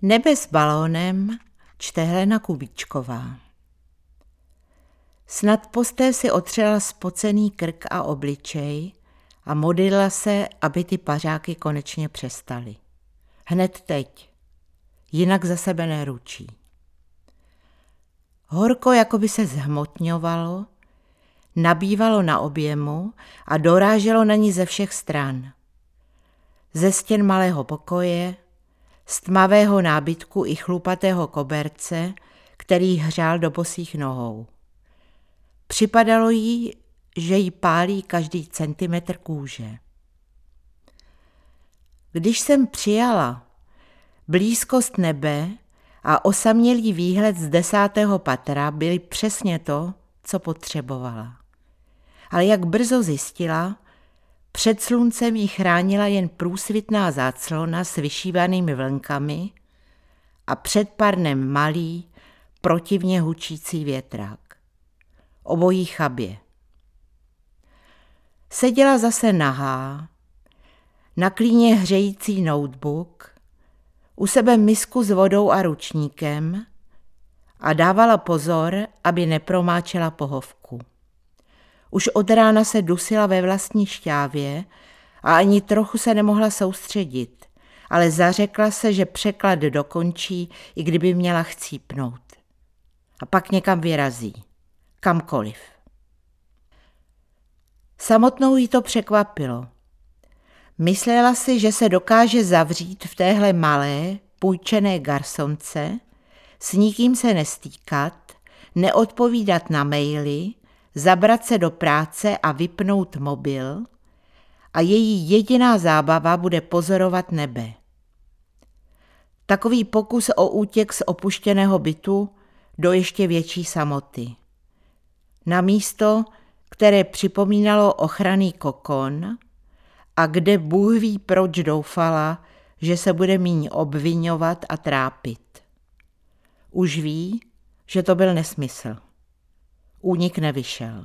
Nebe s balónem čte Helena Kubíčková. Snad posté si otřela spocený krk a obličej a modlila se, aby ty pařáky konečně přestaly. Hned teď, jinak za sebe neručí. Horko jakoby se zhmotňovalo, nabývalo na objemu a doráželo na ní ze všech stran. Ze stěn malého pokoje, z tmavého nábytku i chlupatého koberce, který hřál do bosých nohou. Připadalo jí, že jí pálí každý centimetr kůže. Když jsem přijala, blízkost nebe a osamělý výhled z 10. patra byly přesně to, co potřebovala. Ale jak brzo zjistila, před sluncem jí chránila jen průsvitná záclona s vyšívanými vlnkami a před parnem malý, protivně hučící větrák. Obojí chabě. Seděla zase nahá, na klíně hřející notebook, u sebe misku s vodou a ručníkem a dávala pozor, aby nepromáčela pohovku. Už od rána se dusila ve vlastní šťávě a ani trochu se nemohla soustředit, ale zařekla se, že překlad dokončí, i kdyby měla chcípnout. A pak někam vyrazí. Kamkoliv. Samotnou jí to překvapilo. Myslela si, že se dokáže zavřít v téhle malé, půjčené garsonce, s nikým se nestýkat, neodpovídat na maily, zabrat se do práce a vypnout mobil a její jediná zábava bude pozorovat nebe. Takový pokus o útěk z opuštěného bytu do ještě větší samoty. Na místo, které připomínalo ochranný kokon a kde Bůh ví proč doufala, že se bude míň obviňovat a trápit. Už ví, že to byl nesmysl. Únik nevyšel.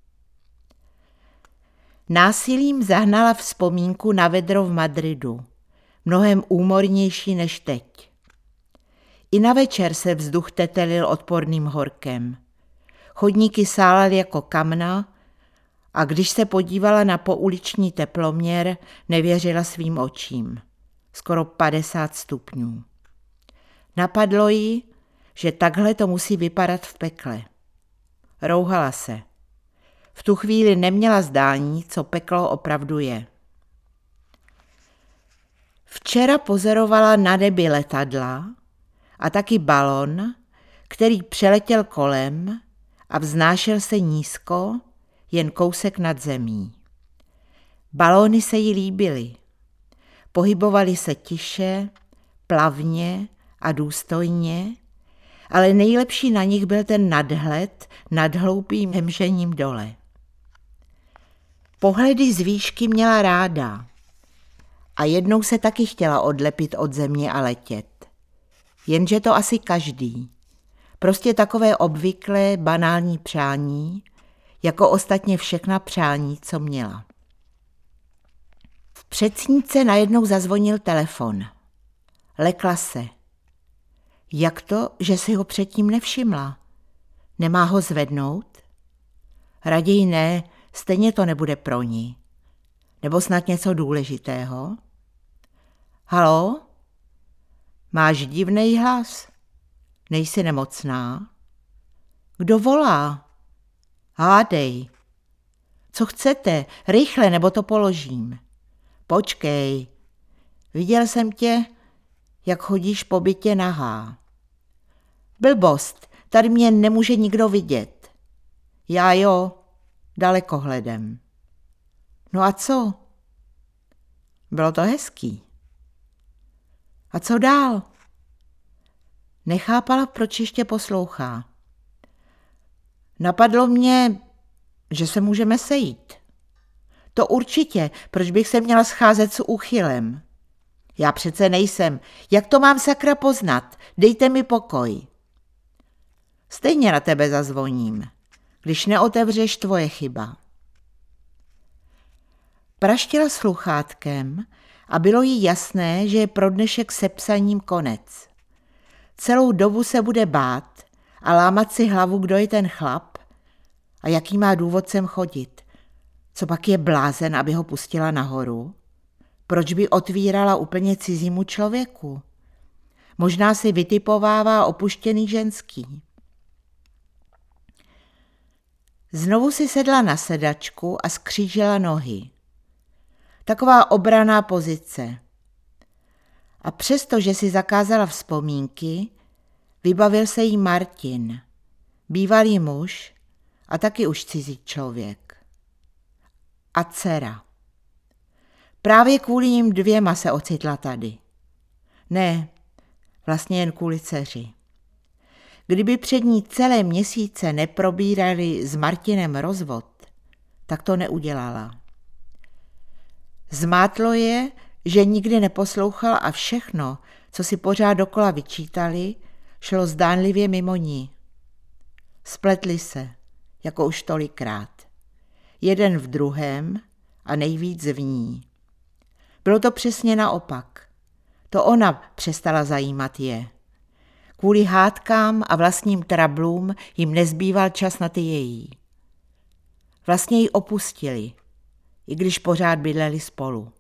Násilím zahnala vzpomínku na vedro v Madridu, mnohem úmornější než teď. I na večer se vzduch tetelil odporným horkem. Chodníky sálaly jako kamna a když se podívala na pouliční teploměr, nevěřila svým očím. Skoro 50 stupňů. Napadlo jí, že takhle to musí vypadat v pekle. Rouhala se. V tu chvíli neměla zdání, co peklo opravdu je. Včera pozorovala na nebi letadla a taky balon, který přeletěl kolem a vznášel se nízko, jen kousek nad zemí. Balóny se jí líbily. Pohybovaly se tiše, plavně a důstojně, ale nejlepší na nich byl ten nadhled nad hloupým hemžením dole. Pohledy z výšky měla ráda a jednou se taky chtěla odlepit od země a letět. Jenže to asi každý. Prostě takové obvyklé banální přání, jako ostatně všechna přání, co měla. V předsínice najednou zazvonil telefon. Lekla se. Jak to, že si ho předtím nevšimla? Nemá ho zvednout? Raději ne, stejně to nebude pro ní. Nebo snad něco důležitého? Haló? Máš divnej hlas? Nejsi nemocná? Kdo volá? Hádej. Co chcete? Rychle, nebo to položím. Počkej. Viděl jsem tě, jak chodíš po bytě nahá. Blbost, tady mě nemůže nikdo vidět. Já jo, dalekohledem. No a co? Bylo to hezký. A co dál? Nechápala, proč ještě poslouchá. Napadlo mě, že se můžeme sejít. To určitě, proč bych se měla scházet s úchylem? Já přece nejsem. Jak to mám sakra poznat? Dejte mi pokoj. Stejně na tebe zazvoním. Když neotevřeš, tvoje chyba. Praštila sluchátkem a bylo jí jasné, že je pro dnešek se psaním konec. Celou dobu se bude bát a lámat si hlavu, kdo je ten chlap a jaký má důvod sem chodit. Co pak je blázen, aby ho pustila nahoru? Proč by otvírala úplně cizímu člověku? Možná si vytipovává opuštěný ženský. Znovu si sedla na sedačku a skřížila nohy. Taková obranná pozice. A přesto, že si zakázala vzpomínky, vybavil se jí Martin, bývalý muž a taky už cizí člověk. A dcera. Právě kvůli nim dvěma se ocitla tady. Ne, vlastně jen kvůli dceři. Kdyby před ní celé měsíce neprobírali s Martinem rozvod, tak to neudělala. Zmátlo je, že nikdy neposlouchal a všechno, co si pořád dokola vyčítali, šlo zdánlivě mimo ní. Spletli se, jako už tolikrát. Jeden v druhém a nejvíc v ní. Bylo to přesně naopak. To ona přestala zajímat je. Kvůli hádkám a vlastním trablům jim nezbýval čas na ty její. Vlastně ji opustili, i když pořád bydleli spolu.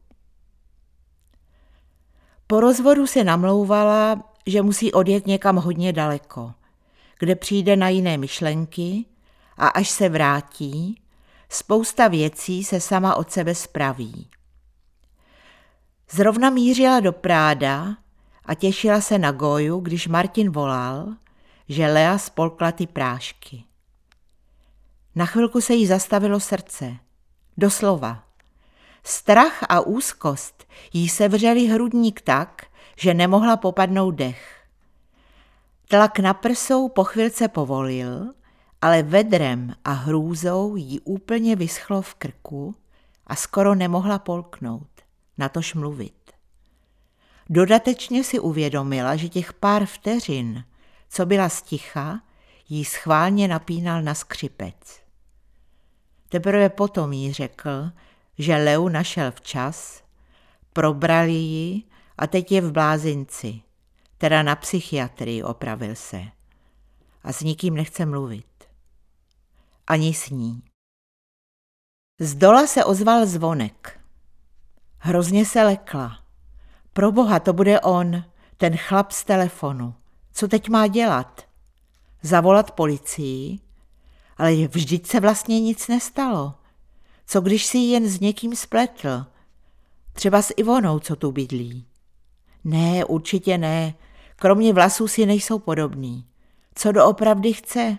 Po rozvodu se namlouvala, že musí odjet někam hodně daleko, kde přijde na jiné myšlenky a až se vrátí, spousta věcí se sama od sebe spraví. Zrovna mířila do Práda a těšila se na Goju, když Martin volal, že Lea spolkla ty prášky. Na chvilku se jí zastavilo srdce. Doslova. Strach a úzkost jí sevřeli hrudník tak, že nemohla popadnout dech. Tlak na prsou po chvilce povolil, ale vedrem a hrůzou jí úplně vyschlo v krku a skoro nemohla polknout, natož mluvit. Dodatečně si uvědomila, že těch pár vteřin, co byla sticha, jí schválně napínal na skřipec. Teprve potom jí řekl, že Leu našel včas, probrali ji a teď je v blázinci, teda na psychiatrii, opravil se. A s nikým nechce mluvit. Ani s ní. Zdola se ozval zvonek. Hrozně se lekla. Proboha, to bude on, ten chlap z telefonu. Co teď má dělat? Zavolat policii? Ale vždyť se vlastně nic nestalo. Co když si jen s někým spletl? Třeba s Ivonou, co tu bydlí. Ne, určitě ne. Kromě vlasů si nejsou podobný. Co doopravdy chce?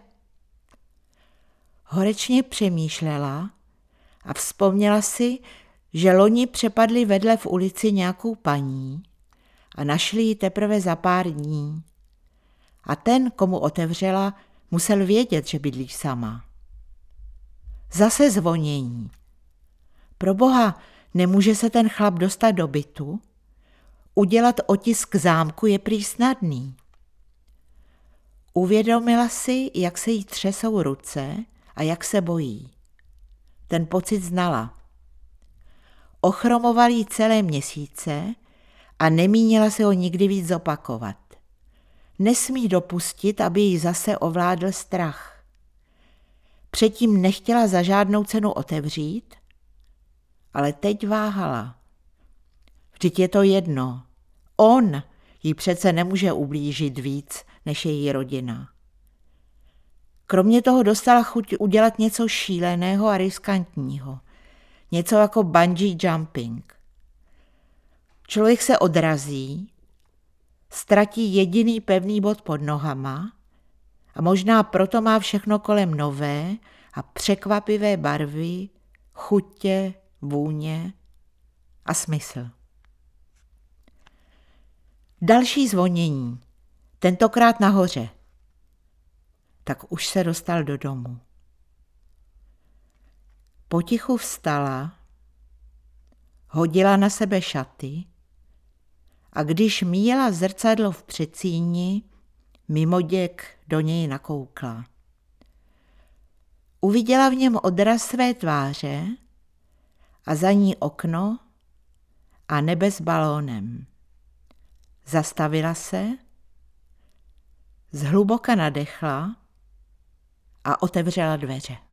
Horečně přemýšlela a vzpomněla si, že loni přepadli vedle v ulici nějakou paní a našli ji teprve za pár dní. A ten, komu otevřela, musel vědět, že bydlí sama. Zase zvonění. Proboha, nemůže se ten chlap dostat do bytu? Udělat otisk zámku je prý snadný. Uvědomila si, jak se jí třesou ruce a jak se bojí. Ten pocit znala. Ochromoval jí celé měsíce a nemínila se ho nikdy víc zopakovat. Nesmí dopustit, aby ji zase ovládl strach. Předtím nechtěla za žádnou cenu otevřít, ale teď váhala. Vždyť je to jedno. On jí přece nemůže ublížit víc než její rodina. Kromě toho dostala chuť udělat něco šíleného a riskantního. Něco jako bungee jumping. Člověk se odrazí, ztratí jediný pevný bod pod nohama a možná proto má všechno kolem nové a překvapivé barvy, chutě, vůně a smysl. Další zvonění, tentokrát nahoře. Tak už se dostal do domu. Potichu vstala, hodila na sebe šaty a když míjela zrcadlo v předsíni, mimoděk do něj nakoukla. Uviděla v něm odraz své tváře a za ní okno a nebe s balónem. Zastavila se Zhluboka nadechla a otevřela dveře.